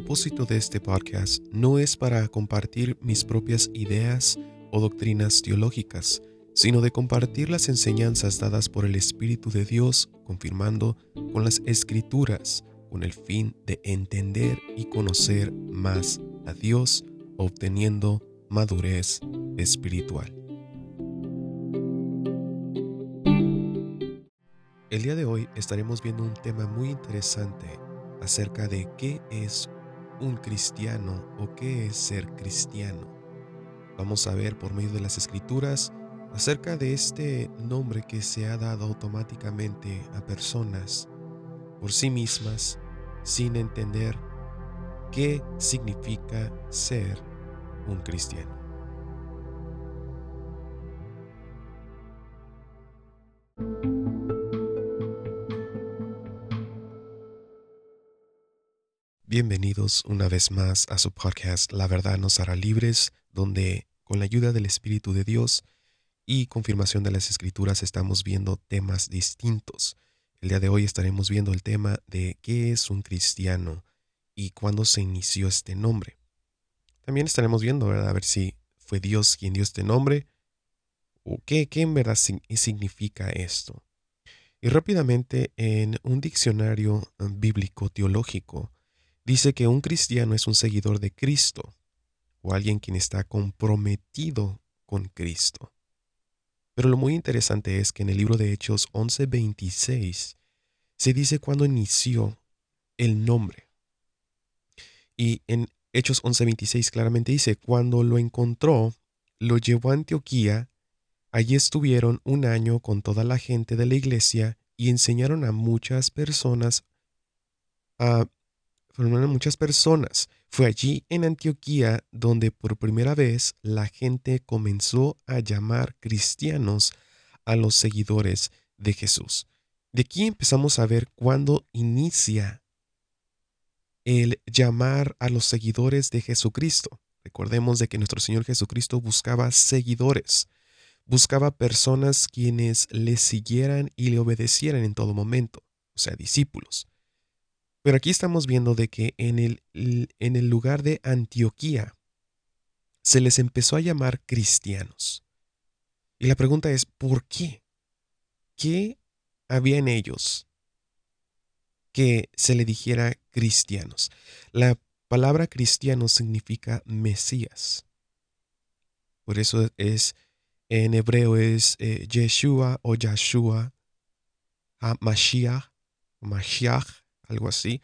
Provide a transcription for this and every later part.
propósito de este podcast no es para compartir mis propias ideas o doctrinas teológicas, sino de compartir las enseñanzas dadas por el Espíritu de Dios, confirmando con las Escrituras, con el fin de entender y conocer más a Dios, obteniendo madurez espiritual. El día de hoy estaremos viendo un tema muy interesante acerca de qué es un cristiano o qué es ser cristiano. Vamos a ver por medio de las Escrituras acerca de este nombre que se ha dado automáticamente a personas por sí mismas sin entender qué significa ser un cristiano. Bienvenidos una vez más a su podcast La Verdad nos hará libres, donde con la ayuda del Espíritu de Dios y confirmación de las Escrituras estamos viendo temas distintos. El día de hoy estaremos viendo el tema de qué es un cristiano y cuándo se inició este nombre. También estaremos viendo, ¿verdad?, a ver si fue Dios quien dio este nombre o qué en verdad significa esto. Y rápidamente, en un diccionario bíblico teológico, dice que un cristiano es un seguidor de Cristo o alguien quien está comprometido con Cristo. Pero lo muy interesante es que en el libro de Hechos 11:26 se dice cuándo inició el nombre. Y en Hechos 11:26 claramente dice, cuando lo encontró, lo llevó a Antioquía, allí estuvieron un año con toda la gente de la iglesia y enseñaron a muchas personas Fue allí en Antioquía donde por primera vez la gente comenzó a llamar cristianos a los seguidores de Jesús. De aquí empezamos a ver cuándo inicia el llamar a los seguidores de Jesucristo. Recordemos de que nuestro Señor Jesucristo buscaba seguidores, buscaba personas quienes le siguieran y le obedecieran en todo momento, o sea, discípulos. Pero aquí estamos viendo de que en el lugar de Antioquía se les empezó a llamar cristianos. Y la pregunta es, ¿por qué? ¿Qué había en ellos que se le dijera cristianos? La palabra cristiano significa Mesías. Por eso en hebreo es Yeshua o Yahshua, Mashiach, algo así.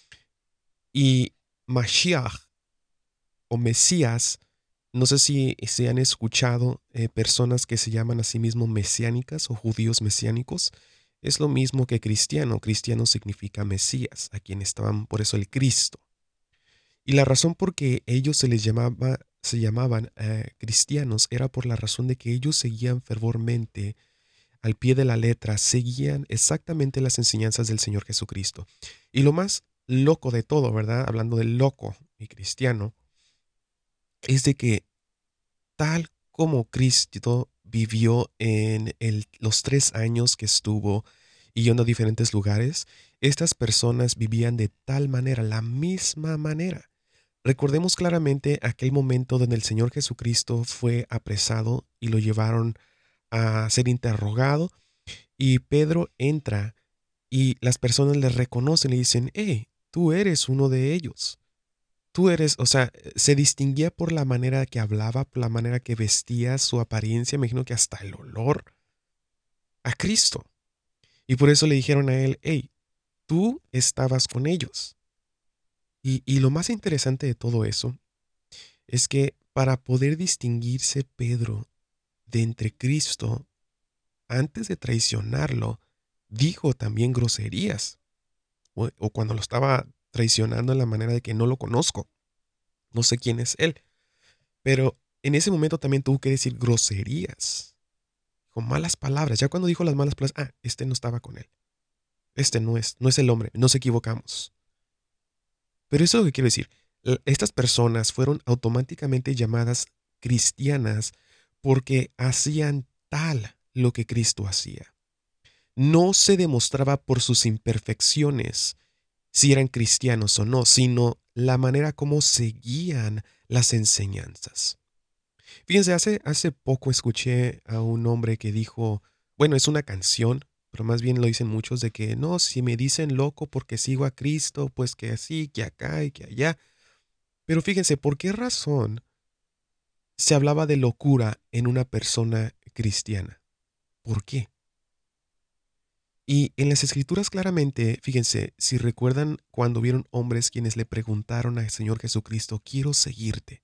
Y Mashiach o Mesías, no sé si se han escuchado personas que se llaman a sí mismos mesiánicas o judíos mesiánicos. Es lo mismo que cristiano. Cristiano significa Mesías, a quien estaban por eso el Cristo. Y la razón por que ellos se llamaban cristianos era por la razón de que ellos seguían fervormente al pie de la letra, seguían exactamente las enseñanzas del Señor Jesucristo. Y lo más loco de todo, ¿verdad? Hablando del loco y cristiano, es de que tal como Cristo vivió en los 3 años que estuvo yendo a diferentes lugares, estas personas vivían de tal manera, la misma manera. Recordemos claramente aquel momento donde el Señor Jesucristo fue apresado y lo llevaron a ser interrogado, y Pedro entra y las personas le reconocen y dicen, hey, tú eres uno de ellos. Tú eres, o sea, se distinguía por la manera que hablaba, por la manera que vestía, su apariencia, me imagino que hasta el olor a Cristo. Y por eso le dijeron a él, hey, tú estabas con ellos. Y lo más interesante de todo eso es que para poder distinguirse Pedro de entre Cristo, antes de traicionarlo, dijo también groserías. O cuando lo estaba traicionando en la manera de que no lo conozco, no sé quién es él. Pero en ese momento también tuvo que decir groserías, con malas palabras. Ya cuando dijo las malas palabras, este no estaba con él. Este no es el hombre, nos equivocamos. Pero eso es lo que quiero decir. Estas personas fueron automáticamente llamadas cristianas porque hacían tal lo que Cristo hacía. No se demostraba por sus imperfecciones si eran cristianos o no, sino la manera como seguían las enseñanzas. Fíjense, hace poco escuché a un hombre que dijo, bueno, es una canción, pero más bien lo dicen muchos, de que no, si me dicen loco porque sigo a Cristo, pues que así, que acá y que allá. Pero fíjense, ¿por qué razón se hablaba de locura en una persona cristiana? ¿Por qué? Y en las escrituras claramente, fíjense, si recuerdan cuando vieron hombres quienes le preguntaron al Señor Jesucristo, quiero seguirte,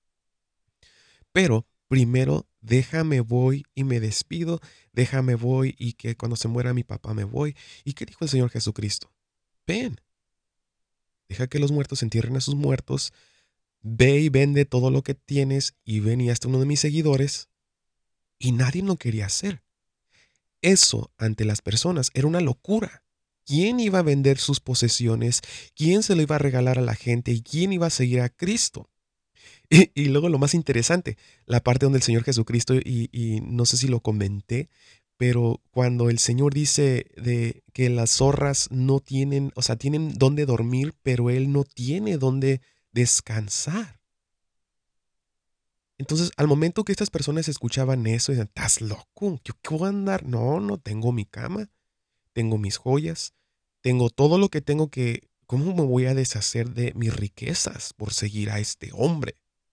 pero primero déjame voy y me despido, déjame voy y que cuando se muera mi papá me voy. ¿Y qué dijo el Señor Jesucristo? Ven, deja que los muertos entierren a sus muertos, ve y vende todo lo que tienes y ven y hazte uno de mis seguidores. Y nadie lo quería hacer. Eso ante las personas era una locura. ¿Quién iba a vender sus posesiones? ¿Quién se lo iba a regalar a la gente? ¿Y quién iba a seguir a Cristo? Y luego lo más interesante, la parte donde el Señor Jesucristo, y no sé si lo comenté, pero cuando el Señor dice de que las zorras no tienen, o sea, tienen dónde dormir, pero Él no tiene dónde descansar. Entonces, al momento que estas personas escuchaban eso, decían, ¿estás loco? ¿Yo qué voy a andar? No, no tengo mi cama, tengo mis joyas, tengo todo lo que tengo que, ¿cómo me voy a deshacer de mis riquezas por seguir a este hombre?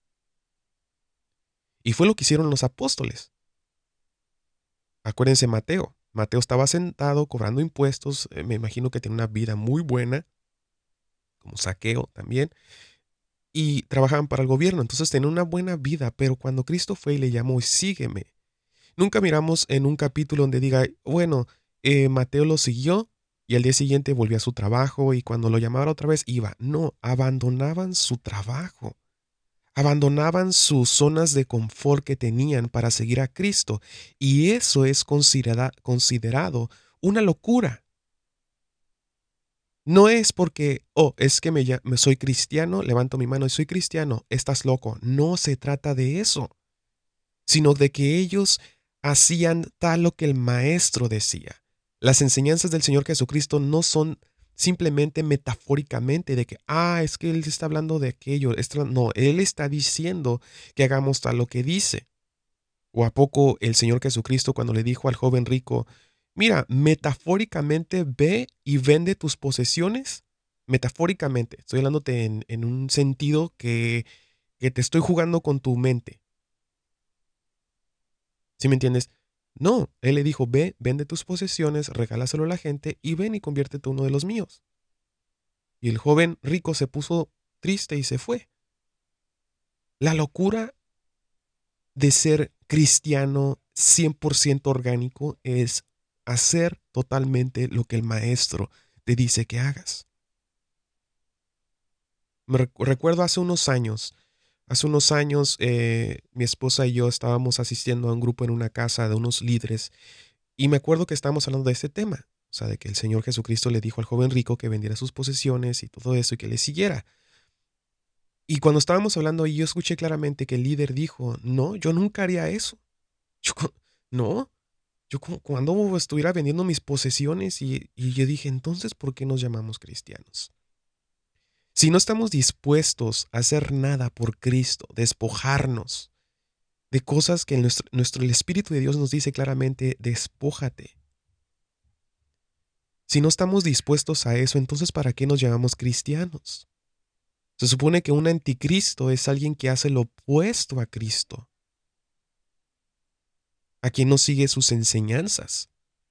Y fue lo que hicieron los apóstoles. Acuérdense Mateo. Mateo estaba sentado cobrando impuestos, me imagino que tenía una vida muy buena, como Saqueo también, y trabajaban para el gobierno, entonces tenían una buena vida, pero cuando Cristo fue y le llamó, sígueme, nunca miramos en un capítulo donde diga, bueno, Mateo lo siguió y al día siguiente volvió a su trabajo y cuando lo llamaba otra vez iba. No, abandonaban su trabajo. Abandonaban sus zonas de confort que tenían para seguir a Cristo. Y eso es considerado una locura. No es porque, oh, es que me soy cristiano, levanto mi mano y soy cristiano, estás loco. No se trata de eso, sino de que ellos hacían tal lo que el maestro decía. Las enseñanzas del Señor Jesucristo no son simplemente metafóricamente de que, es que Él está hablando de aquello. No, Él está diciendo que hagamos tal lo que dice. ¿O a poco el Señor Jesucristo cuando le dijo al joven rico, mira, metafóricamente ve y vende tus posesiones? Metafóricamente, estoy hablándote en un sentido que te estoy jugando con tu mente. ¿Sí me entiendes? No, él le dijo, ve, vende tus posesiones, regálaselo a la gente y ven y conviértete uno de los míos. Y el joven rico se puso triste y se fue. La locura de ser cristiano 100% orgánico es hacer totalmente lo que el maestro te dice que hagas. Recuerdo hace unos años mi esposa y yo estábamos asistiendo a un grupo en una casa de unos líderes y me acuerdo que estábamos hablando de este tema, o sea, de que el Señor Jesucristo le dijo al joven rico que vendiera sus posesiones y todo eso y que le siguiera. Y cuando estábamos hablando y yo escuché claramente que el líder dijo, no, yo nunca haría eso. Yo, no, yo cuando estuviera vendiendo mis posesiones y yo dije, entonces, ¿por qué nos llamamos cristianos? Si no estamos dispuestos a hacer nada por Cristo, despojarnos de cosas que el Espíritu de Dios nos dice claramente, despójate. Si no estamos dispuestos a eso, entonces ¿para qué nos llamamos cristianos? Se supone que un anticristo es alguien que hace lo opuesto a Cristo, a quien no sigue sus enseñanzas.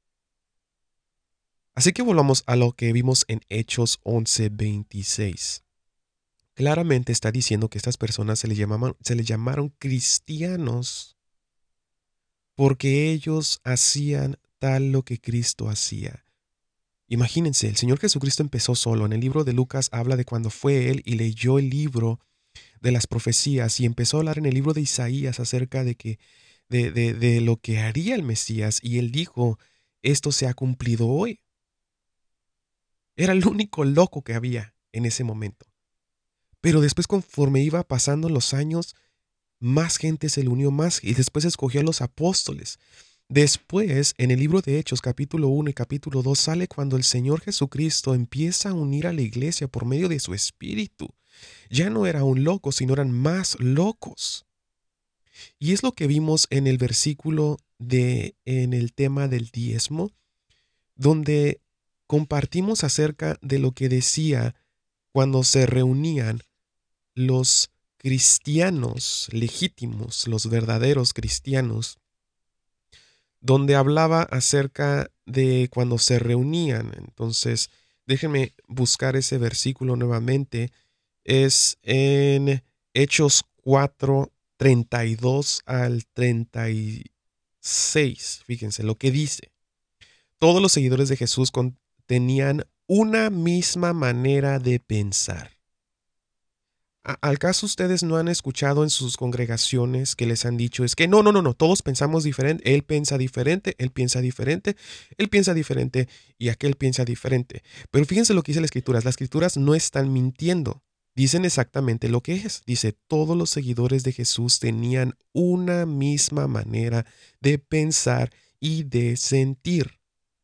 Así que volvamos a lo que vimos en Hechos 11:26. Claramente está diciendo que estas personas se les llamaron cristianos porque ellos hacían tal lo que Cristo hacía. Imagínense, el Señor Jesucristo empezó solo. En el libro de Lucas habla de cuando fue Él y leyó el libro de las profecías y empezó a hablar en el libro de Isaías acerca de que de lo que haría el Mesías y Él dijo, esto se ha cumplido hoy. Era el único loco que había en ese momento. Pero después conforme iba pasando los años, más gente se le unió más y después escogió a los apóstoles. Después, en el libro de Hechos, capítulo 1 y capítulo 2, sale cuando el Señor Jesucristo empieza a unir a la iglesia por medio de su espíritu. Ya no era un loco, sino eran más locos. Y es lo que vimos en el versículo en el tema del diezmo, donde compartimos acerca de lo que decía cuando se reunían los cristianos legítimos, los verdaderos cristianos, donde hablaba acerca de cuando se reunían. Entonces, déjenme buscar ese versículo nuevamente. Es en Hechos 4:32 al 36. Fíjense lo que dice. Todos los seguidores de Jesús tenían una misma manera de pensar. ¿Al caso ustedes no han escuchado en sus congregaciones que les han dicho es que no, todos pensamos diferente, él piensa diferente, él piensa diferente, él piensa diferente y aquel piensa diferente? Pero fíjense lo que dice las escrituras no están mintiendo, dicen exactamente lo que es. Dice, todos los seguidores de Jesús tenían una misma manera de pensar y de sentir.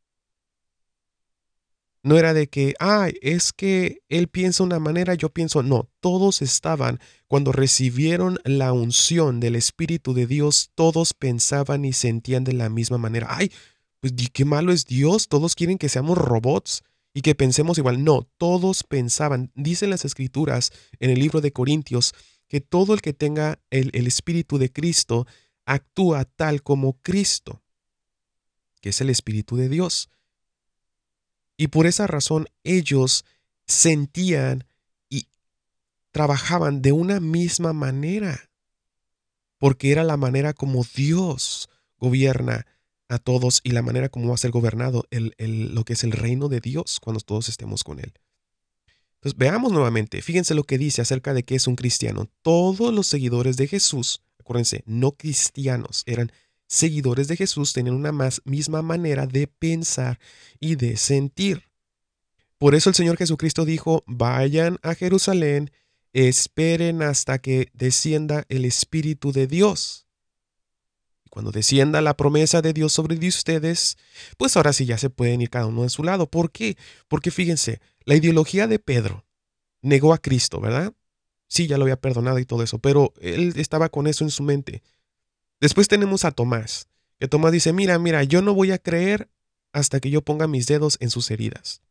No era de que, es que él piensa una manera, yo pienso, no, todos estaban, cuando recibieron la unción del Espíritu de Dios, todos pensaban y sentían de la misma manera. Pues qué malo es Dios, todos quieren que seamos robots y que pensemos igual. No, todos pensaban, dicen las Escrituras en el libro de Corintios, que todo el que tenga el Espíritu de Cristo actúa tal como Cristo, que es el Espíritu de Dios. Y por esa razón ellos sentían y trabajaban de una misma manera, porque era la manera como Dios gobierna a todos y la manera como va a ser gobernado lo que es el reino de Dios cuando todos estemos con Él. Entonces veamos nuevamente, fíjense lo que dice acerca de qué es un cristiano. Todos los seguidores de Jesús, acuérdense, no cristianos, eran seguidores de Jesús, tenían una misma manera de pensar y de sentir. Por eso el Señor Jesucristo dijo, vayan a Jerusalén, esperen hasta que descienda el Espíritu de Dios. Y cuando descienda la promesa de Dios sobre ustedes, pues ahora sí ya se pueden ir cada uno de su lado. ¿Por qué? Porque fíjense, la ideología de Pedro negó a Cristo, ¿verdad? Sí, ya lo había perdonado y todo eso, pero él estaba con eso en su mente. Después tenemos a Tomás, que Tomás dice, mira, yo no voy a creer hasta que yo ponga mis dedos en sus heridas.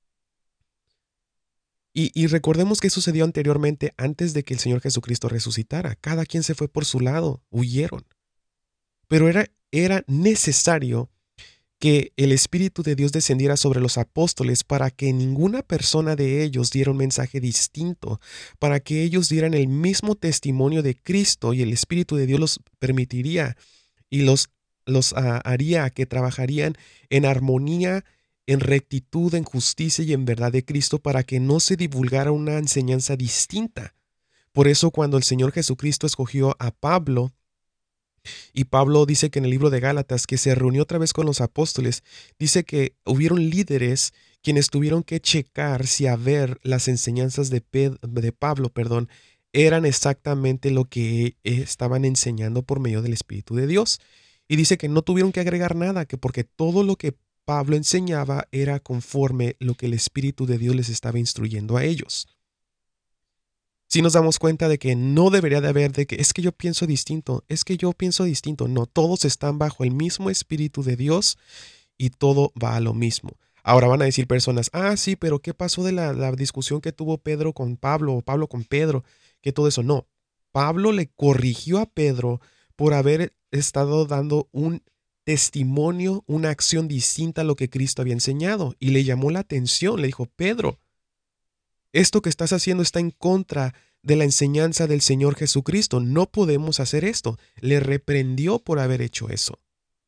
Y recordemos que sucedió anteriormente, antes de que el Señor Jesucristo resucitara. Cada quien se fue por su lado, huyeron. Pero era necesario que el Espíritu de Dios descendiera sobre los apóstoles para que ninguna persona de ellos diera un mensaje distinto, para que ellos dieran el mismo testimonio de Cristo, y el Espíritu de Dios los permitiría y los haría que trabajarían en armonía, en rectitud, en justicia y en verdad de Cristo, para que no se divulgara una enseñanza distinta. Por eso cuando el Señor Jesucristo escogió a Pablo, y Pablo dice que en el libro de Gálatas que se reunió otra vez con los apóstoles, dice que hubieron líderes quienes tuvieron que checar si a ver las enseñanzas de Pablo, eran exactamente lo que estaban enseñando por medio del Espíritu de Dios. Y dice que no tuvieron que agregar nada, que porque todo lo que Pablo enseñaba era conforme lo que el Espíritu de Dios les estaba instruyendo a ellos. Si nos damos cuenta de que no debería de haber de que es que yo pienso distinto, es que yo pienso distinto. No, todos están bajo el mismo Espíritu de Dios y todo va a lo mismo. Ahora van a decir personas, sí, pero ¿qué pasó de la discusión que tuvo Pedro con Pablo o Pablo con Pedro? Que todo eso. No, Pablo le corrigió a Pedro por haber estado dando un testimonio, una acción distinta a lo que Cristo había enseñado, y le llamó la atención, le dijo, Pedro, esto que estás haciendo está en contra de la enseñanza del Señor Jesucristo. No podemos hacer esto. Le reprendió por haber hecho eso.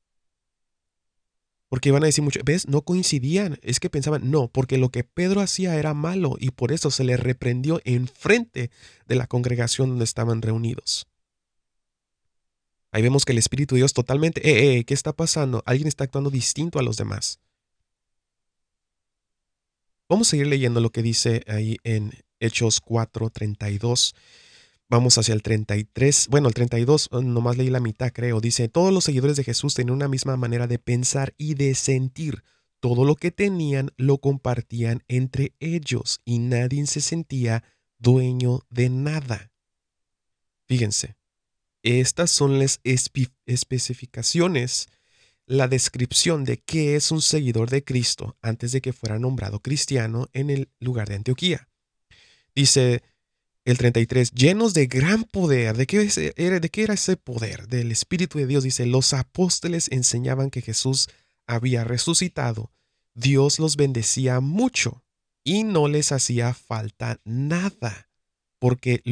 Porque iban a decir mucho, ¿ves? No coincidían. Es que pensaban, no, porque lo que Pedro hacía era malo y por eso se le reprendió en frente de la congregación donde estaban reunidos. Ahí vemos que el Espíritu de Dios totalmente, ¿qué está pasando? Alguien está actuando distinto a los demás. Vamos a seguir leyendo lo que dice ahí en Hechos 4:32. Vamos hacia el 33. Bueno, el 32, nomás leí la mitad, creo. Dice, todos los seguidores de Jesús tenían una misma manera de pensar y de sentir. Todo lo que tenían lo compartían entre ellos y nadie se sentía dueño de nada. Fíjense, estas son las especificaciones, la descripción de qué es un seguidor de Cristo antes de que fuera nombrado cristiano en el lugar de Antioquía. Dice el 33, llenos de gran poder. ¿De qué era ese poder? Del Espíritu de Dios. Dice, los apóstoles enseñaban que Jesús había resucitado. Dios los bendecía mucho y no les hacía falta nada, porque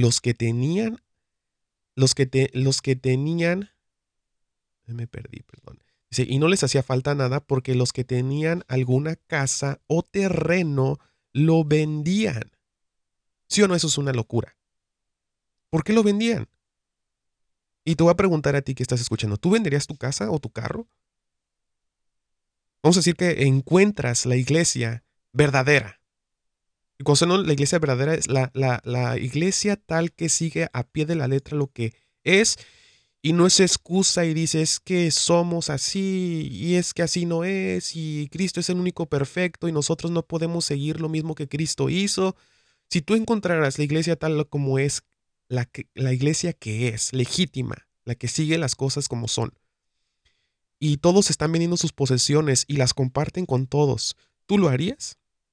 me perdí, perdón. Dice, y no les hacía falta nada porque los que tenían alguna casa o terreno lo vendían. ¿Sí o no? Eso es una locura. ¿Por qué lo vendían? Y te voy a preguntar a ti que estás escuchando, ¿tú venderías tu casa o tu carro? Vamos a decir que encuentras la iglesia verdadera. Y cuando no, la iglesia verdadera es la iglesia tal que sigue a pie de la letra lo que es y no es excusa y dices que somos así y es que así no es y Cristo es el único perfecto y nosotros no podemos seguir lo mismo que Cristo hizo. Si tú encontraras la iglesia tal como es, la iglesia que es, legítima, la que sigue las cosas como son, y todos están vendiendo sus posesiones y las comparten con todos, ¿tú lo harías?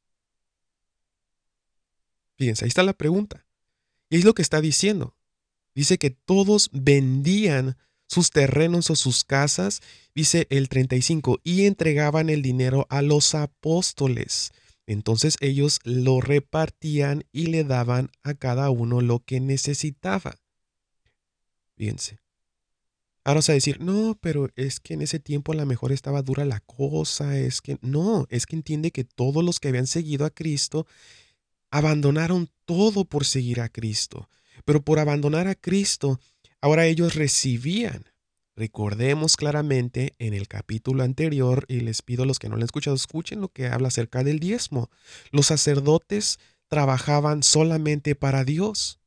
Fíjense, ahí está la pregunta. Y es lo que está diciendo. Dice que todos vendían sus terrenos o sus casas, dice el 35, y entregaban el dinero a los apóstoles. Entonces ellos lo repartían y le daban a cada uno lo que necesitaba. Fíjense. Ahora vas a decir, no, pero es que en ese tiempo a lo mejor estaba dura la cosa, es que no, es que entiende que todos los que habían seguido a Cristo abandonaron todo por seguir a Cristo. Pero por abandonar a Cristo, ahora ellos recibían. Recordemos claramente en el capítulo anterior, y les pido a los que no lo han escuchado, escuchen lo que habla acerca del diezmo. Los sacerdotes trabajaban solamente para Dios.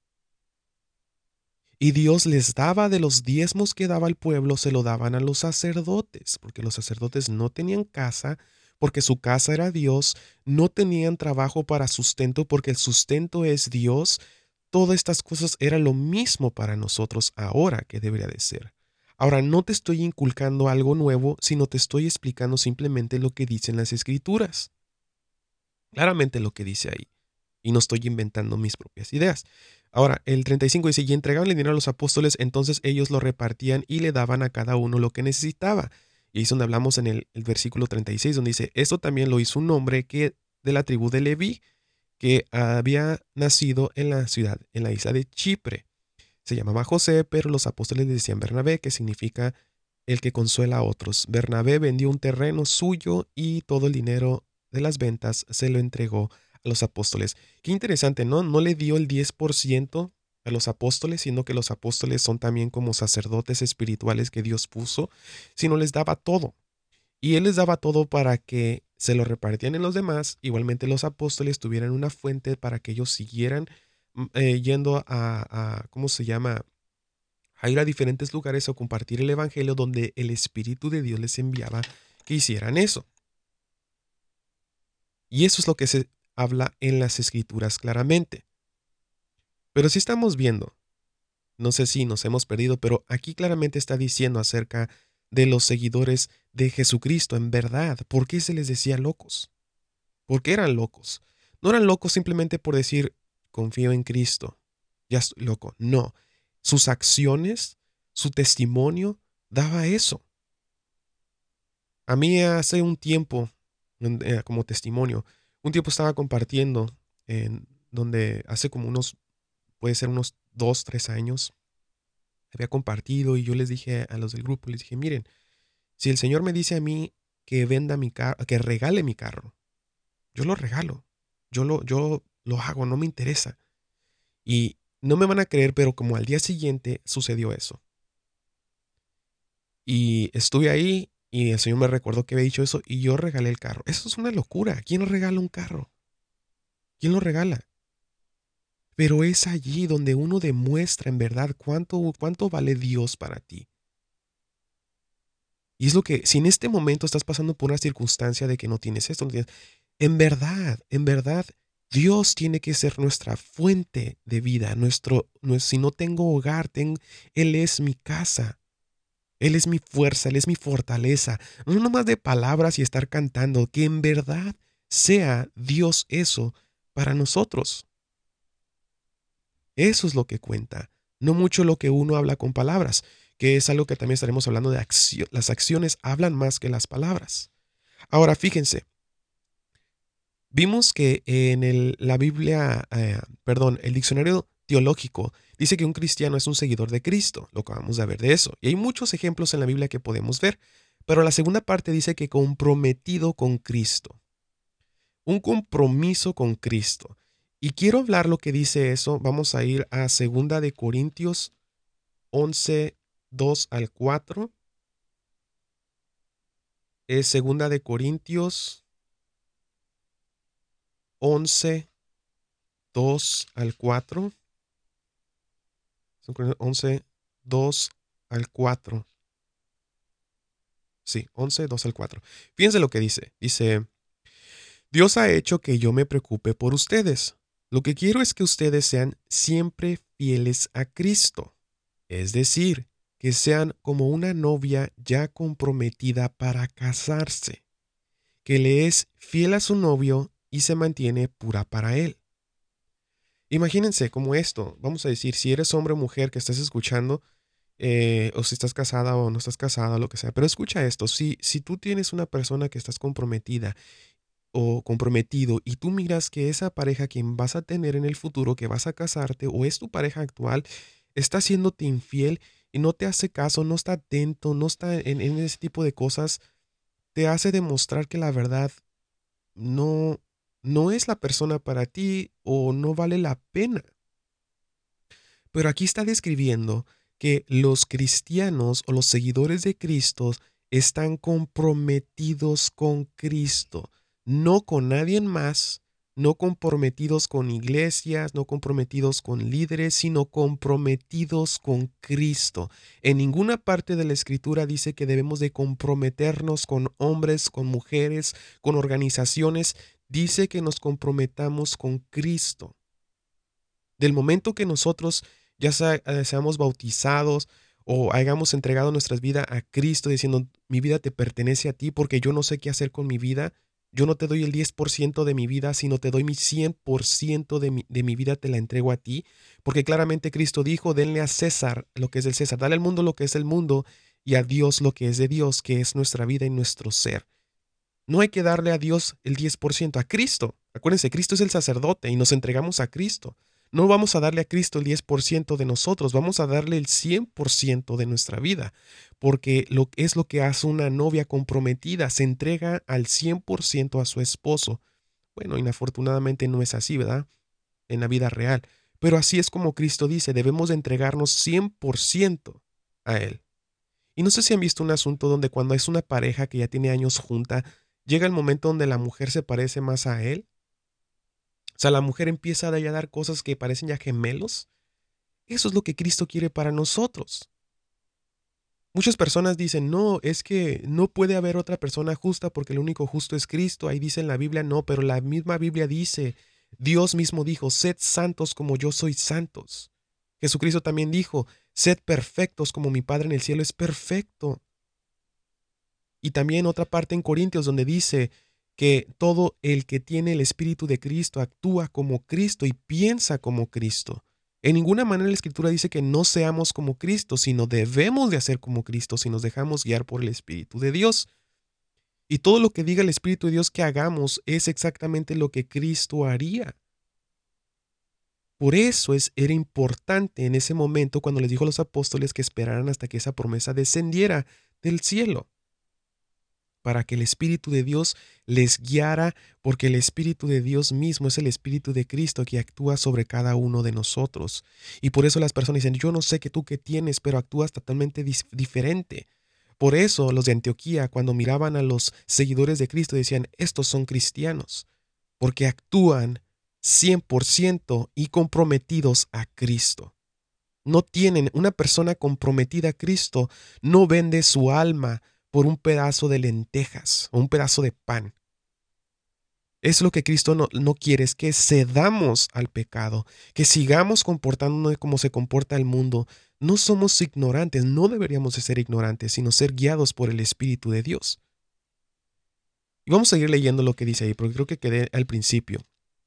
Y Dios les daba de los diezmos que daba el pueblo, se lo daban a los sacerdotes, porque los sacerdotes no tenían casa, porque su casa era Dios, no tenían trabajo para sustento, porque el sustento es Dios. Todas estas cosas eran lo mismo para nosotros ahora que debería de ser. Ahora, no te estoy inculcando algo nuevo, sino te estoy explicando simplemente lo que dicen las escrituras. Claramente lo que dice ahí. Y no estoy inventando mis propias ideas. Ahora, el 35 dice, y entregaban el dinero a los apóstoles, entonces ellos lo repartían y le daban a cada uno lo que necesitaba. Y ahí es donde hablamos en el versículo 36, donde dice, esto también lo hizo un hombre que de la tribu de Leví, que había nacido en la ciudad, en la isla de Chipre. Se llamaba José, pero los apóstoles le decían Bernabé, que significa el que consuela a otros. Bernabé vendió un terreno suyo y todo el dinero de las ventas se lo entregó a los apóstoles. Qué interesante, ¿no? No le dio el 10% a los apóstoles, sino que los apóstoles son también como sacerdotes espirituales que Dios puso, sino les daba todo. Y Él les daba todo para que se lo repartieran en los demás. Igualmente los apóstoles tuvieran una fuente para que ellos siguieran yendo ¿cómo se llama? A ir a diferentes lugares a compartir el Evangelio donde el Espíritu de Dios les enviaba que hicieran eso. Y eso es lo que se habla en las Escrituras claramente. Pero si estamos viendo, no sé si nos hemos perdido, pero aquí claramente está diciendo acerca de los seguidores de Jesucristo en verdad. ¿Por qué se les decía locos? ¿Por qué eran locos? No eran locos simplemente por decir, confío en Cristo, ya estoy loco. No, sus acciones, su testimonio daba eso. A mí hace un tiempo, como testimonio, un tiempo estaba compartiendo en donde hace como puede ser unos 2, 3 años, había compartido y yo les dije a los del grupo, les dije, miren, si el Señor me dice a mí que venda mi carro, que regale mi carro, yo lo regalo, yo lo hago, no me interesa. Y no me van a creer, pero como al día siguiente sucedió eso. Y estuve ahí y el Señor me recordó que había dicho eso y yo regalé el carro. Eso es una locura. ¿Quién regala un carro? ¿Quién lo regala? Pero es allí donde uno demuestra en verdad cuánto vale Dios para ti. Y es lo que, si en este momento estás pasando por una circunstancia de que no tienes esto, no tienes, en verdad, Dios tiene que ser nuestra fuente de vida. Si no tengo hogar, Él es mi casa. Él es mi fuerza, Él es mi fortaleza. No nomás de palabras y estar cantando, que en verdad sea Dios eso para nosotros. Eso es lo que cuenta, no mucho lo que uno habla con palabras, que es algo que también estaremos hablando de acción. Las acciones hablan más que las palabras. Ahora, fíjense, vimos que en la Biblia, perdón, el diccionario teológico dice que un cristiano es un seguidor de Cristo. Lo acabamos de ver de eso. Y hay muchos ejemplos en la Biblia que podemos ver. Pero la segunda parte dice que comprometido con Cristo. Un compromiso con Cristo. Y quiero hablar lo que dice eso. Vamos a ir a 2 de Corintios 11, 2 al 4. Es 2 de Corintios 11, 2 al 4. 11, 2 al 4. Sí, 11, 2 al 4. Fíjense lo que dice. Dice, Dios ha hecho que yo me preocupe por ustedes. Lo que quiero es que ustedes sean siempre fieles a Cristo. Es decir, que sean como una novia ya comprometida para casarse, que le es fiel a su novio y se mantiene pura para él. Imagínense como esto, vamos a decir, si eres hombre o mujer que estás escuchando, o si estás casada o no estás casada, lo que sea, pero escucha esto, si tú tienes una persona que estás comprometida o comprometido y tú miras que esa pareja quien vas a tener en el futuro, que vas a casarte o es tu pareja actual, está haciéndote infiel y no te hace caso, no está atento, no está en ese tipo de cosas, te hace demostrar que la verdad no, no es la persona para ti o no vale la pena. Pero aquí está describiendo que los cristianos o los seguidores de Cristo están comprometidos con Cristo, no con nadie más, no comprometidos con iglesias, no comprometidos con líderes, sino comprometidos con Cristo. En ninguna parte de la escritura dice que debemos de comprometernos con hombres, con mujeres, con organizaciones. Dice que nos comprometamos con Cristo. Del momento que nosotros seamos bautizados o hayamos entregado nuestras vidas a Cristo diciendo, mi vida te pertenece a ti porque yo no sé qué hacer con mi vida, yo no te doy el 10% de mi vida, sino te doy mi 100% de mi vida, te la entrego a ti, porque claramente Cristo dijo, denle a César lo que es del César, dale al mundo lo que es del mundo y a Dios lo que es de Dios, que es nuestra vida y nuestro ser. No hay que darle a Dios el 10%, a Cristo. Acuérdense, Cristo es el sacerdote y nos entregamos a Cristo. No vamos a darle a Cristo el 10% de nosotros, vamos a darle el 100% de nuestra vida, porque es lo que hace una novia comprometida, se entrega al 100% a su esposo. Bueno, inafortunadamente no es así, ¿verdad? En la vida real. Pero así es como Cristo dice, debemos de entregarnos 100% a Él. Y no sé si han visto un asunto donde cuando es una pareja que ya tiene años junta, llega el momento donde la mujer se parece más a él. O sea, la mujer empieza a dar cosas que parecen ya gemelos. Eso es lo que Cristo quiere para nosotros. Muchas personas dicen, no, es que no puede haber otra persona justa porque el único justo es Cristo. Ahí dice en la Biblia, no, pero la misma Biblia dice, Dios mismo dijo, sed santos como yo soy santos. Jesucristo también dijo, sed perfectos como mi Padre en el cielo es perfecto. Y también otra parte en Corintios donde dice que todo el que tiene el Espíritu de Cristo actúa como Cristo y piensa como Cristo. En ninguna manera la Escritura dice que no seamos como Cristo, sino debemos de hacer como Cristo si nos dejamos guiar por el Espíritu de Dios. Y todo lo que diga el Espíritu de Dios que hagamos es exactamente lo que Cristo haría. Por eso era importante en ese momento cuando les dijo a los apóstoles que esperaran hasta que esa promesa descendiera del cielo, para que el Espíritu de Dios les guiara, porque el Espíritu de Dios mismo es el Espíritu de Cristo que actúa sobre cada uno de nosotros. Y por eso las personas dicen, yo no sé que tú qué tienes, pero actúas totalmente diferente. Por eso los de Antioquía, cuando miraban a los seguidores de Cristo, decían, estos son cristianos, porque actúan 100% y comprometidos a Cristo. No tienen una persona comprometida a Cristo, no vende su alma por un pedazo de lentejas o un pedazo de pan. Es lo que Cristo no quiere, es que cedamos al pecado, que sigamos comportándonos como se comporta el mundo. No somos ignorantes, no deberíamos de ser ignorantes, sino ser guiados por el Espíritu de Dios. Y vamos a seguir leyendo lo que dice ahí, porque creo que quedé al principio.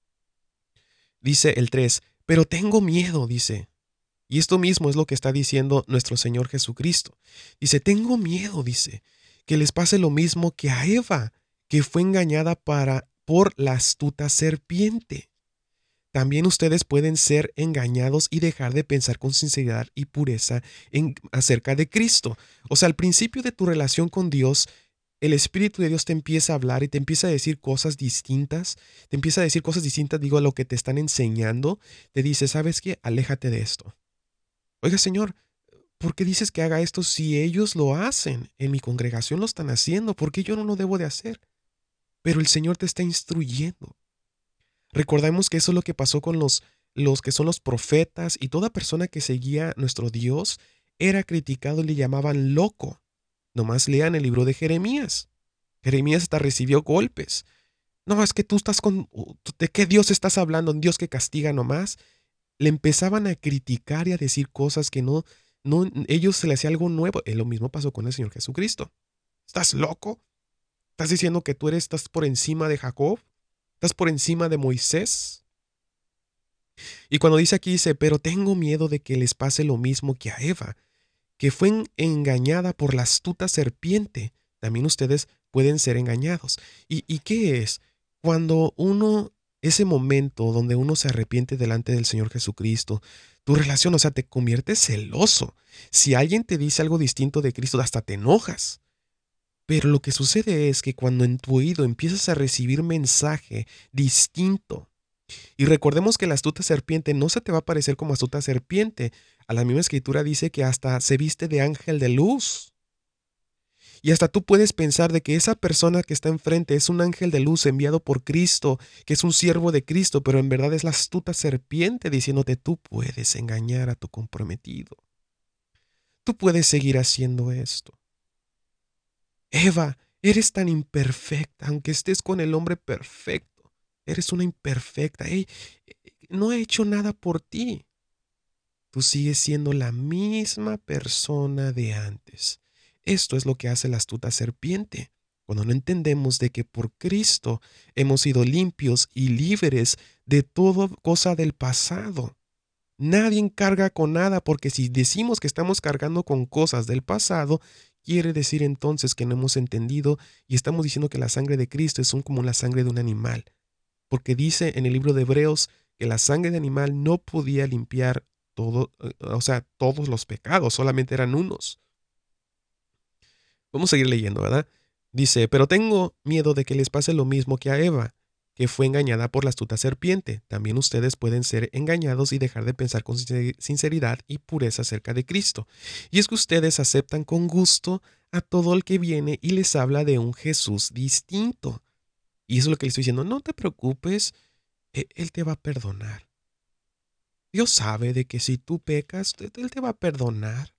Dice el 3, pero tengo miedo, dice. Y esto mismo es lo que está diciendo nuestro Señor Jesucristo. Dice, tengo miedo, dice, que les pase lo mismo que a Eva, que fue engañada por la astuta serpiente. También ustedes pueden ser engañados y dejar de pensar con sinceridad y pureza acerca de Cristo. O sea, al principio de tu relación con Dios, el Espíritu de Dios te empieza a hablar y te empieza a decir cosas distintas, digo, a lo que te están enseñando. Te dice, ¿sabes qué? Aléjate de esto. Oiga, Señor, ¿por qué dices que haga esto si ellos lo hacen? En mi congregación lo están haciendo, ¿por qué yo no lo debo de hacer? Pero el Señor te está instruyendo. Recordemos que eso es lo que pasó con los que son los profetas, y toda persona que seguía a nuestro Dios era criticado y le llamaban loco. Nomás lean el libro de Jeremías. Jeremías hasta recibió golpes. No, es que tú estás ¿de qué Dios estás hablando? ¿Un Dios que castiga nomás? Le empezaban a criticar y a decir cosas que ellos se les hacía algo nuevo. Lo mismo pasó con el Señor Jesucristo. ¿Estás loco? ¿Estás diciendo que estás por encima de Jacob? ¿Estás por encima de Moisés? Y cuando dice aquí, dice, pero tengo miedo de que les pase lo mismo que a Eva, que fue engañada por la astuta serpiente. También ustedes pueden ser engañados. ¿Y qué es? Cuando ese momento donde uno se arrepiente delante del Señor Jesucristo, tu relación, o sea, te conviertes celoso. Si alguien te dice algo distinto de Cristo, hasta te enojas. Pero lo que sucede es que cuando en tu oído empiezas a recibir mensaje distinto, y recordemos que la astuta serpiente no se te va a parecer como astuta serpiente. A la misma escritura dice que hasta se viste de ángel de luz. Y hasta tú puedes pensar de que esa persona que está enfrente es un ángel de luz enviado por Cristo, que es un siervo de Cristo, pero en verdad es la astuta serpiente diciéndote tú puedes engañar a tu comprometido. Tú puedes seguir haciendo esto. Eva, eres tan imperfecta, aunque estés con el hombre perfecto. Eres una imperfecta. Ey, no he hecho nada por ti. Tú sigues siendo la misma persona de antes. Esto es lo que hace la astuta serpiente. Cuando no entendemos de que por Cristo hemos sido limpios y libres de toda cosa del pasado. Nadie carga con nada, porque si decimos que estamos cargando con cosas del pasado, quiere decir entonces que no hemos entendido y estamos diciendo que la sangre de Cristo es como la sangre de un animal. Porque dice en el libro de Hebreos que la sangre de animal no podía limpiar todos los pecados, solamente eran unos. Vamos a seguir leyendo, ¿verdad? Dice, pero tengo miedo de que les pase lo mismo que a Eva, que fue engañada por la astuta serpiente. También ustedes pueden ser engañados y dejar de pensar con sinceridad y pureza acerca de Cristo. Y es que ustedes aceptan con gusto a todo el que viene y les habla de un Jesús distinto. Y eso es lo que le estoy diciendo, no te preocupes, Él te va a perdonar. Dios sabe de que si tú pecas, Él te va a perdonar.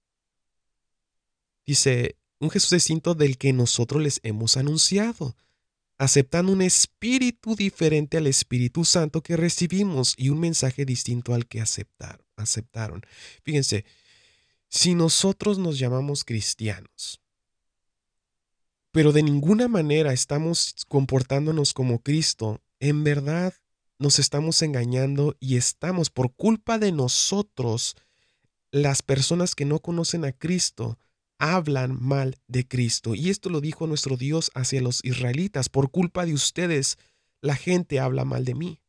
Dice, un Jesús distinto del que nosotros les hemos anunciado, aceptando un espíritu diferente al Espíritu Santo que recibimos y un mensaje distinto al que aceptaron. Fíjense, si nosotros nos llamamos cristianos, pero de ninguna manera estamos comportándonos como Cristo, en verdad nos estamos engañando y estamos, por culpa de nosotros, las personas que no conocen a Cristo hablan mal de Cristo. Y esto lo dijo nuestro Dios hacia los israelitas: por culpa de ustedes, la gente habla mal de mí.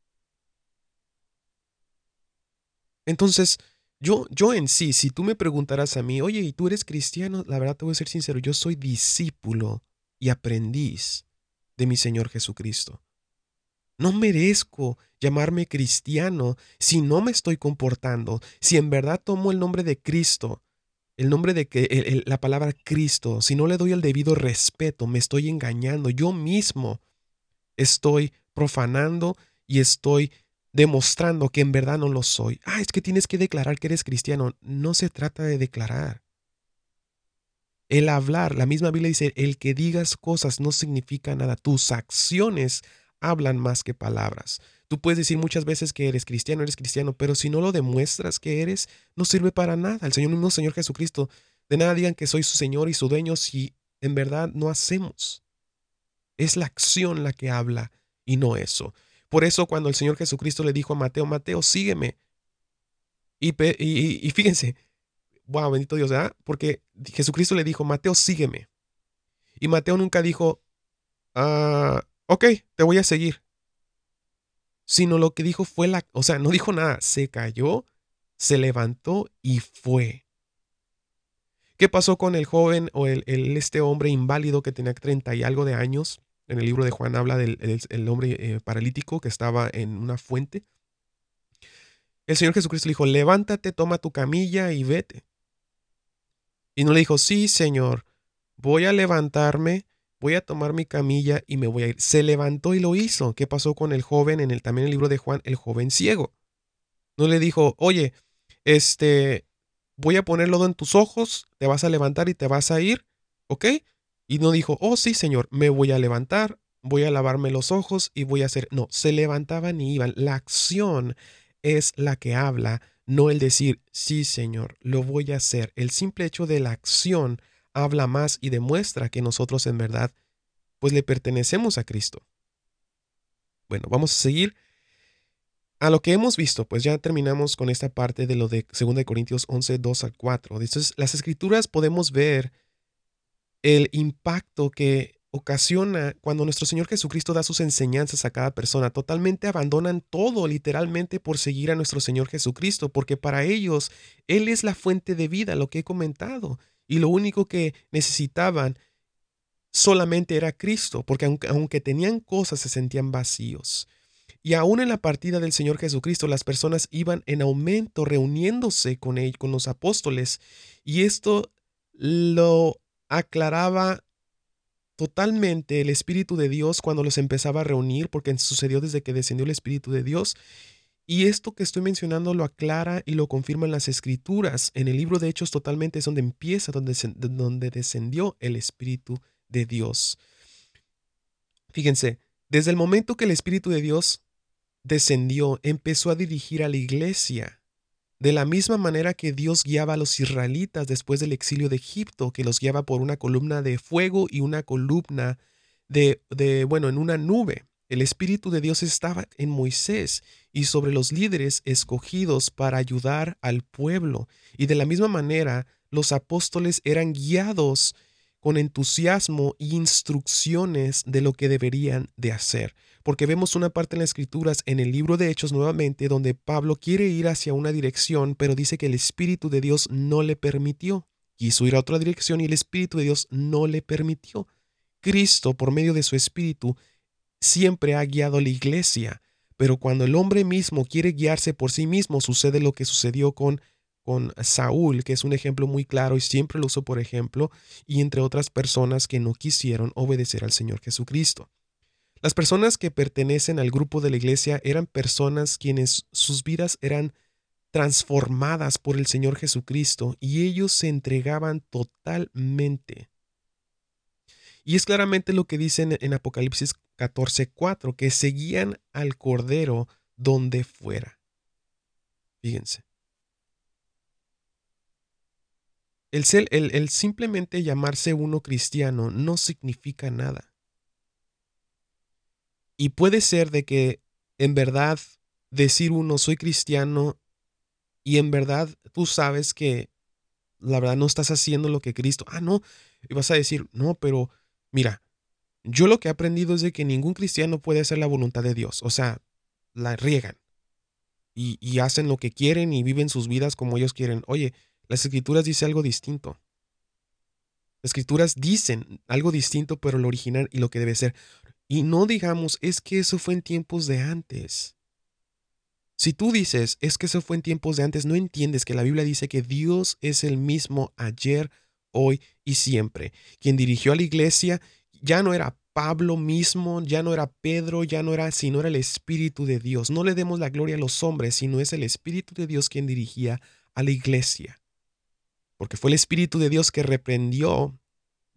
Entonces, yo en sí, si tú me preguntaras a mí, oye, ¿y tú eres cristiano? La verdad te voy a ser sincero, yo soy discípulo y aprendiz de mi Señor Jesucristo. No merezco llamarme cristiano si no me estoy comportando, si en verdad tomo el nombre de Cristo, el nombre de que la palabra Cristo, si no le doy el debido respeto, me estoy engañando. Yo mismo estoy profanando y estoy demostrando que en verdad no lo soy. Es que tienes que declarar que eres cristiano. No se trata de declarar. El hablar, la misma Biblia dice, el que digas cosas no significa nada. Tus acciones hablan más que palabras. Tú puedes decir muchas veces que eres cristiano, pero si no lo demuestras que eres, no sirve para nada. El Señor mismo, Señor Jesucristo, de nada digan que soy su Señor y su dueño si en verdad no hacemos. Es la acción la que habla y no eso. Por eso cuando el Señor Jesucristo le dijo a Mateo, Mateo, sígueme. Y fíjense, wow, bendito Dios, ¿verdad? Porque Jesucristo le dijo, Mateo, sígueme. Y Mateo nunca dijo, ok, te voy a seguir. Sino lo que dijo fue o sea, no dijo nada, se cayó, se levantó y fue. ¿Qué pasó con el joven o este hombre inválido que tenía 30 y algo de años? En el libro de Juan habla del el hombre paralítico que estaba en una fuente. El Señor Jesucristo le dijo, levántate, toma tu camilla y vete. Y no le dijo, sí, Señor, voy a levantarme, voy a tomar mi camilla y me voy a ir. Se levantó y lo hizo. ¿Qué pasó con el joven también en el libro de Juan, el joven ciego? No le dijo, oye, voy a poner lodo en tus ojos, te vas a levantar y te vas a ir, ¿ok? Y no dijo, oh sí, Señor, me voy a levantar, voy a lavarme los ojos y voy a hacer. No, se levantaban y iban. La acción es la que habla, no el decir, sí, Señor, lo voy a hacer. El simple hecho de la acción habla más y demuestra que nosotros en verdad, pues le pertenecemos a Cristo. Bueno, vamos a seguir. A lo que hemos visto, pues ya terminamos con esta parte de lo de 2 Corintios 11, 2 al 4. Entonces, las escrituras podemos ver el impacto que ocasiona cuando nuestro Señor Jesucristo da sus enseñanzas a cada persona. Totalmente abandonan todo literalmente por seguir a nuestro Señor Jesucristo, porque para ellos Él es la fuente de vida, lo que he comentado. Y lo único que necesitaban solamente era Cristo, porque aunque tenían cosas, se sentían vacíos. Y aún en la partida del Señor Jesucristo, las personas iban en aumento reuniéndose con él, con los apóstoles, y esto lo aclaraba totalmente el Espíritu de Dios cuando los empezaba a reunir, porque sucedió desde que descendió el Espíritu de Dios. Y esto que estoy mencionando lo aclara y lo confirma en las Escrituras. En el libro de Hechos totalmente es donde empieza, donde descendió el Espíritu de Dios. Fíjense, desde el momento que el Espíritu de Dios descendió, empezó a dirigir a la iglesia, de la misma manera que Dios guiaba a los israelitas después del exilio de Egipto, que los guiaba por una columna de fuego y una columna bueno, en una nube. El Espíritu de Dios estaba en Moisés y sobre los líderes escogidos para ayudar al pueblo. Y de la misma manera, los apóstoles eran guiados con entusiasmo e instrucciones de lo que deberían de hacer. Porque vemos una parte en las Escrituras, en el libro de Hechos nuevamente, donde Pablo quiere ir hacia una dirección, pero dice que el Espíritu de Dios no le permitió. Quiso ir a otra dirección y el Espíritu de Dios no le permitió. Cristo, por medio de su Espíritu, siempre ha guiado a la iglesia, pero cuando el hombre mismo quiere guiarse por sí mismo, sucede lo que sucedió con Saúl, que es un ejemplo muy claro y siempre lo uso por ejemplo, y entre otras personas que no quisieron obedecer al Señor Jesucristo. Las personas que pertenecen al grupo de la iglesia eran personas quienes sus vidas eran transformadas por el Señor Jesucristo y ellos se entregaban totalmente. Y es claramente lo que dicen en Apocalipsis 14:4, que seguían al Cordero donde fuera. Fíjense. El simplemente llamarse uno cristiano no significa nada. Y puede ser de que en verdad decir uno soy cristiano y en verdad tú sabes que la verdad no estás haciendo lo que Cristo. No. Y vas a decir, no, pero mira, yo lo que he aprendido es de que ningún cristiano puede hacer la voluntad de Dios. O sea, la riegan y hacen lo que quieren y viven sus vidas como ellos quieren. Oye, las escrituras dicen algo distinto. Las escrituras dicen algo distinto, pero lo original y lo que debe ser. Y no digamos, es que eso fue en tiempos de antes. Si tú dices, es que eso fue en tiempos de antes, no entiendes que la Biblia dice que Dios es el mismo ayer, hoy y siempre. Quien dirigió a la iglesia ya no era Pablo mismo, ya no era Pedro, sino era el Espíritu de Dios. No le demos la gloria a los hombres, sino es el Espíritu de Dios quien dirigía a la iglesia. Porque fue el Espíritu de Dios que reprendió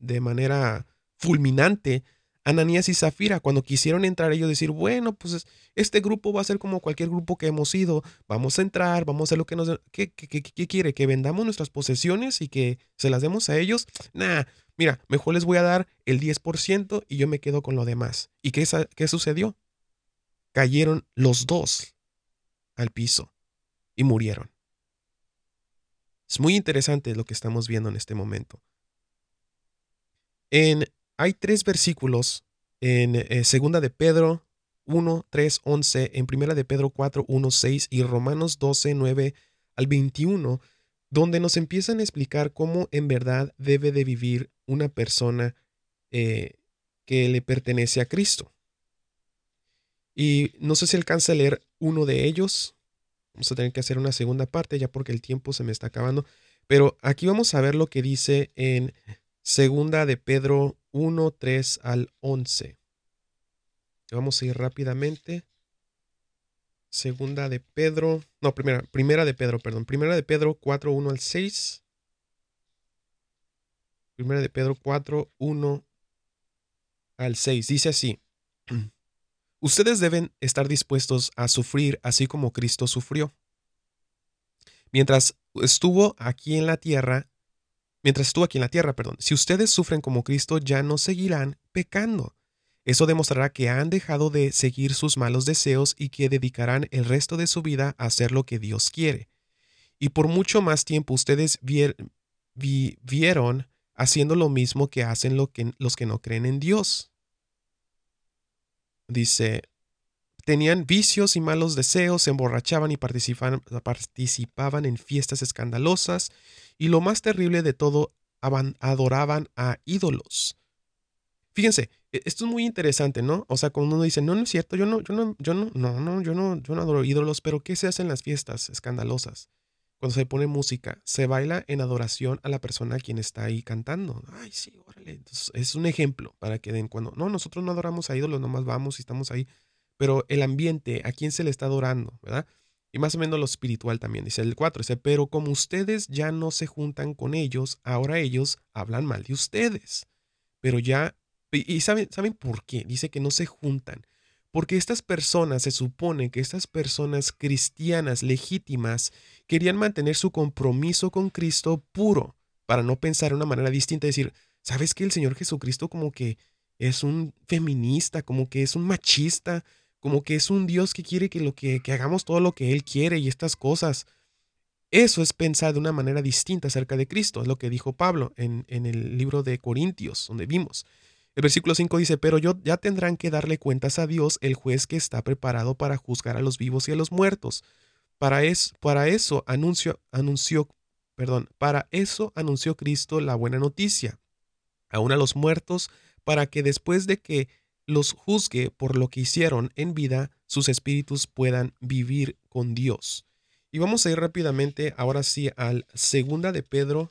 de manera fulminante Ananías y Zafira cuando quisieron entrar ellos decir, bueno, pues este grupo va a ser como cualquier grupo que hemos ido, vamos a entrar, vamos a hacer lo que nos... ¿Qué quiere? ¿Que vendamos nuestras posesiones y que se las demos a ellos? Nah, mira, mejor les voy a dar el 10% y yo me quedo con lo demás. ¿Y qué sucedió? Cayeron los dos al piso y murieron. Es muy interesante lo que estamos viendo en este momento. Hay 3 versículos en Segunda de Pedro 1, 3, 11, en Primera de Pedro 4, 1, 6 y Romanos 12, 9 al 21, donde nos empiezan a explicar cómo en verdad debe de vivir una persona que le pertenece a Cristo. Y no sé si alcanza a leer uno de ellos. Vamos a tener que hacer una segunda parte ya porque el tiempo se me está acabando. Pero aquí vamos a ver lo que dice en Segunda de Pedro 1, 3 al 11. Vamos a ir rápidamente. Segunda de Pedro, no, primera de Pedro, perdón. Primera de Pedro 4, 1 al 6. Primera de Pedro 4, 1 al 6. Dice así. Ustedes deben estar dispuestos a sufrir así como Cristo sufrió. Mientras estuvo aquí en la tierra, perdón, si ustedes sufren como Cristo, ya no seguirán pecando. Eso demostrará que han dejado de seguir sus malos deseos y que dedicarán el resto de su vida a hacer lo que Dios quiere. Y por mucho más tiempo ustedes vieron haciendo lo mismo que hacen los que no creen en Dios. Dice, tenían vicios y malos deseos, se emborrachaban y participaban en fiestas escandalosas, y lo más terrible de todo, adoraban a ídolos. Fíjense, esto es muy interesante, ¿no? O sea, cuando uno dice, no, no es cierto, yo no adoro ídolos, pero ¿qué se hace en las fiestas escandalosas? Cuando se pone música, se baila en adoración a la persona a quien está ahí cantando. Ay, sí, órale. Entonces, es un ejemplo para que den cuando, no, nosotros no adoramos a ídolos, nomás vamos y estamos ahí. Pero el ambiente, ¿a quién se le está adorando? ¿Verdad? Y más o menos lo espiritual también. Dice el 4, dice, pero como ustedes ya no se juntan con ellos, ahora ellos hablan mal de ustedes. Pero ya, y ¿saben por qué? Dice que no se juntan. Porque estas personas, se supone que estas personas cristianas legítimas querían mantener su compromiso con Cristo puro, para no pensar de una manera distinta, decir, ¿sabes qué? El Señor Jesucristo como que es un feminista, como que es un machista, como que es un Dios que quiere que hagamos todo lo que Él quiere y estas cosas. Eso es pensar de una manera distinta acerca de Cristo, es lo que dijo Pablo en el libro de Corintios, donde vimos. El versículo 5 dice, pero ya tendrán que darle cuentas a Dios, el juez que está preparado para juzgar a los vivos y a los muertos. Para eso anunció Cristo la buena noticia, aún a los muertos, para que después de que los juzgue por lo que hicieron en vida, sus espíritus puedan vivir con Dios. Y vamos a ir rápidamente ahora sí al segunda de Pedro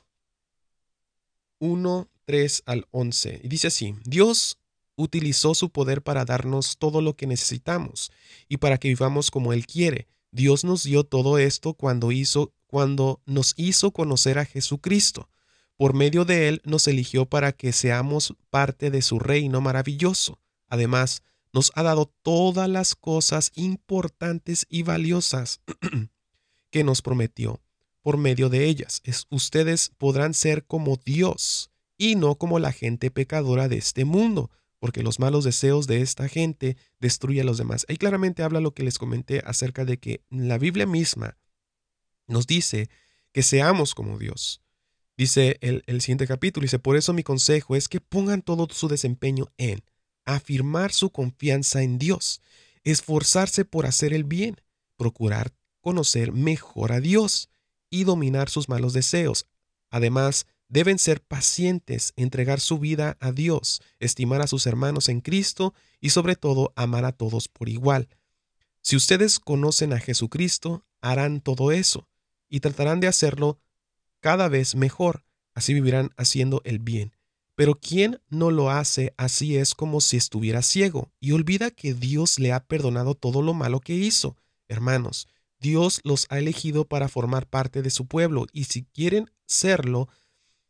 1, 3 al 11. Y dice así, Dios utilizó su poder para darnos todo lo que necesitamos y para que vivamos como Él quiere. Dios nos dio todo esto cuando nos hizo conocer a Jesucristo. Por medio de Él nos eligió para que seamos parte de su reino maravilloso. Además, nos ha dado todas las cosas importantes y valiosas que nos prometió. Por medio de ellas, ustedes podrán ser como Dios y no como la gente pecadora de este mundo, porque los malos deseos de esta gente destruyen a los demás. Ahí claramente habla lo que les comenté acerca de que la Biblia misma nos dice que seamos como Dios. Dice el siguiente capítulo, dice, por eso mi consejo es que pongan todo su desempeño en afirmar su confianza en Dios, esforzarse por hacer el bien, procurar conocer mejor a Dios y dominar sus malos deseos. Además, deben ser pacientes, entregar su vida a Dios, estimar a sus hermanos en Cristo y sobre todo amar a todos por igual. Si ustedes conocen a Jesucristo, harán todo eso y tratarán de hacerlo cada vez mejor, así vivirán haciendo el bien. Pero quien no lo hace así es como si estuviera ciego y olvida que Dios le ha perdonado todo lo malo que hizo. Hermanos, Dios los ha elegido para formar parte de su pueblo y si quieren serlo,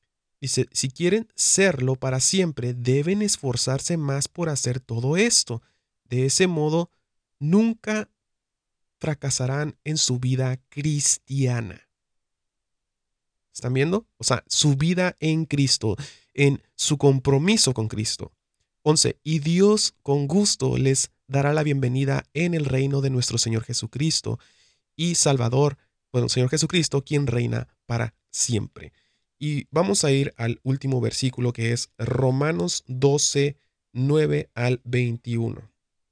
Dice, si quieren serlo para siempre, deben esforzarse más por hacer todo esto. De ese modo, nunca fracasarán en su vida cristiana. ¿Están viendo? O sea, su vida en Cristo, en su compromiso con Cristo. 11. Y Dios con gusto les dará la bienvenida en el reino de nuestro Señor Jesucristo y Salvador, bueno, Señor Jesucristo, quien reina para siempre. Y vamos a ir al último versículo, que es Romanos 12, 9 al 21.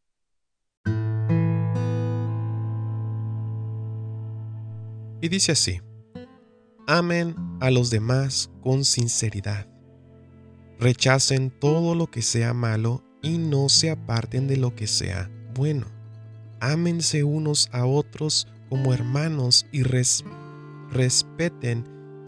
Y dice así: amen a los demás con sinceridad. Rechacen todo lo que sea malo y no se aparten de lo que sea bueno. Ámense unos a otros como hermanos y respétense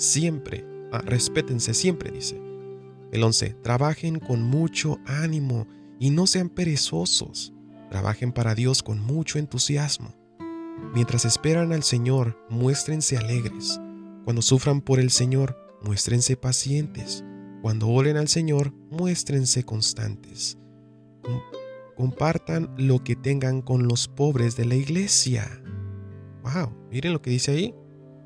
siempre, dice. El 11. Trabajen con mucho ánimo y no sean perezosos. Trabajen para Dios con mucho entusiasmo. Mientras esperan al Señor, muéstrense alegres. Cuando sufran por el Señor, muéstrense pacientes. Cuando oren al Señor, muéstrense constantes. Compartan lo que tengan con los pobres de la iglesia. ¡Wow! Miren lo que dice ahí.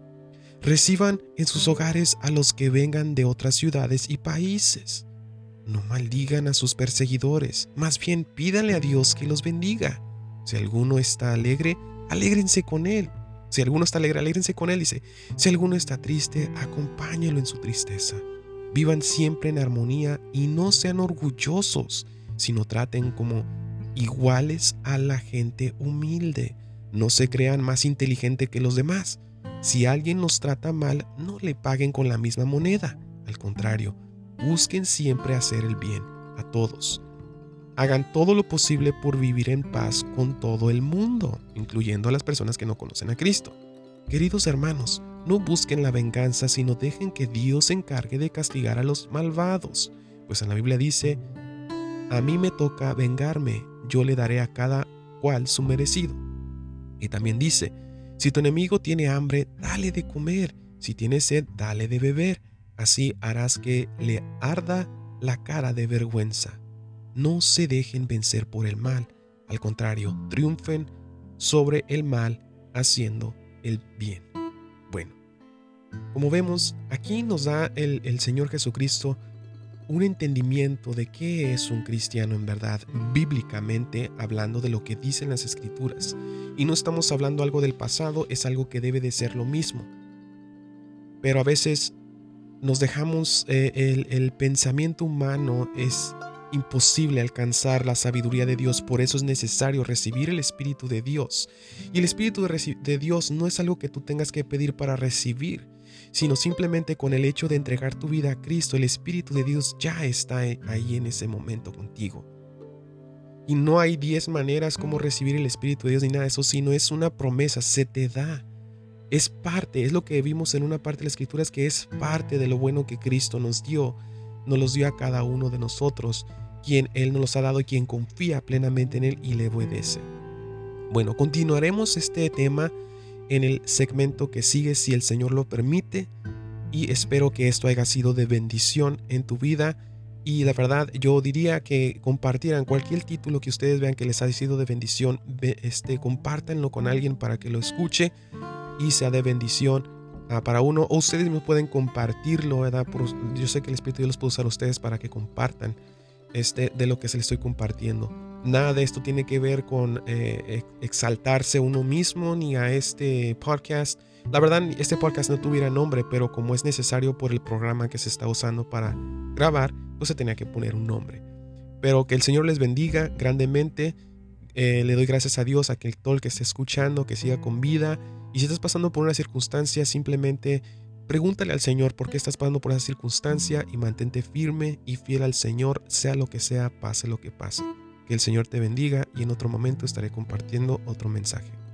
Reciban en sus hogares a los que vengan de otras ciudades y países. No maldigan a sus perseguidores, más bien pídanle a Dios que los bendiga. Si alguno está alegre, alégrense con él. Si alguno está alegre, alégrense con él, dice. Si alguno está triste, acompáñenlo en su tristeza. Vivan siempre en armonía y no sean orgullosos, sino traten como iguales a la gente humilde. No se crean más inteligente que los demás. Si alguien los trata mal, no le paguen con la misma moneda. Al contrario, busquen siempre hacer el bien a todos. Hagan todo lo posible por vivir en paz con todo el mundo, incluyendo a las personas que no conocen a Cristo. Queridos hermanos, no busquen la venganza, sino dejen que Dios se encargue de castigar a los malvados. Pues en la Biblia dice: a mí me toca vengarme, yo le daré a cada cual su merecido. Y también dice: si tu enemigo tiene hambre, dale de comer. Si tiene sed, dale de beber. Así harás que le arda la cara de vergüenza. No se dejen vencer por el mal. Al contrario, triunfen sobre el mal haciendo el bien. Bueno, como vemos, aquí nos da el Señor Jesucristo un entendimiento de qué es un cristiano en verdad, bíblicamente hablando de lo que dicen las Escrituras. Y no estamos hablando algo del pasado, es algo que debe de ser lo mismo. Pero a veces nos dejamos, el pensamiento humano es imposible alcanzar la sabiduría de Dios, por eso es necesario recibir el Espíritu de Dios. Y el Espíritu de Dios no es algo que tú tengas que pedir para recibir, sino simplemente con el hecho de entregar tu vida a Cristo, el Espíritu de Dios ya está ahí en ese momento contigo. Y no hay 10 maneras como recibir el Espíritu de Dios ni nada de eso, sino es una promesa, se te da. Es parte, es lo que vimos en una parte de las Escrituras, que es parte de lo bueno que Cristo nos los dio a cada uno de nosotros, quien Él nos los ha dado y quien confía plenamente en Él y le obedece. Bueno, continuaremos este tema en el segmento que sigue, si el Señor lo permite, y espero que esto haya sido de bendición en tu vida. Y la verdad, yo diría que compartieran cualquier título que ustedes vean que les ha sido de bendición, compártanlo con alguien para que lo escuche y sea de bendición para uno, o ustedes me pueden compartirlo, ¿verdad? Yo sé que el Espíritu de Dios los puede usar a ustedes para que compartan de lo que se les estoy compartiendo. Nada de esto tiene que ver con exaltarse uno mismo ni a este podcast. La verdad, este podcast no tuviera nombre, pero como es necesario por el programa que se está usando para grabar, pues se tenía que poner un nombre. Pero que el Señor les bendiga grandemente. Le doy gracias a Dios a que todo el que esté escuchando, que siga con vida. Y si estás pasando por una circunstancia, simplemente pregúntale al Señor por qué estás pasando por esa circunstancia y mantente firme y fiel al Señor, sea lo que sea, pase lo que pase. Que el Señor te bendiga y en otro momento estaré compartiendo otro mensaje.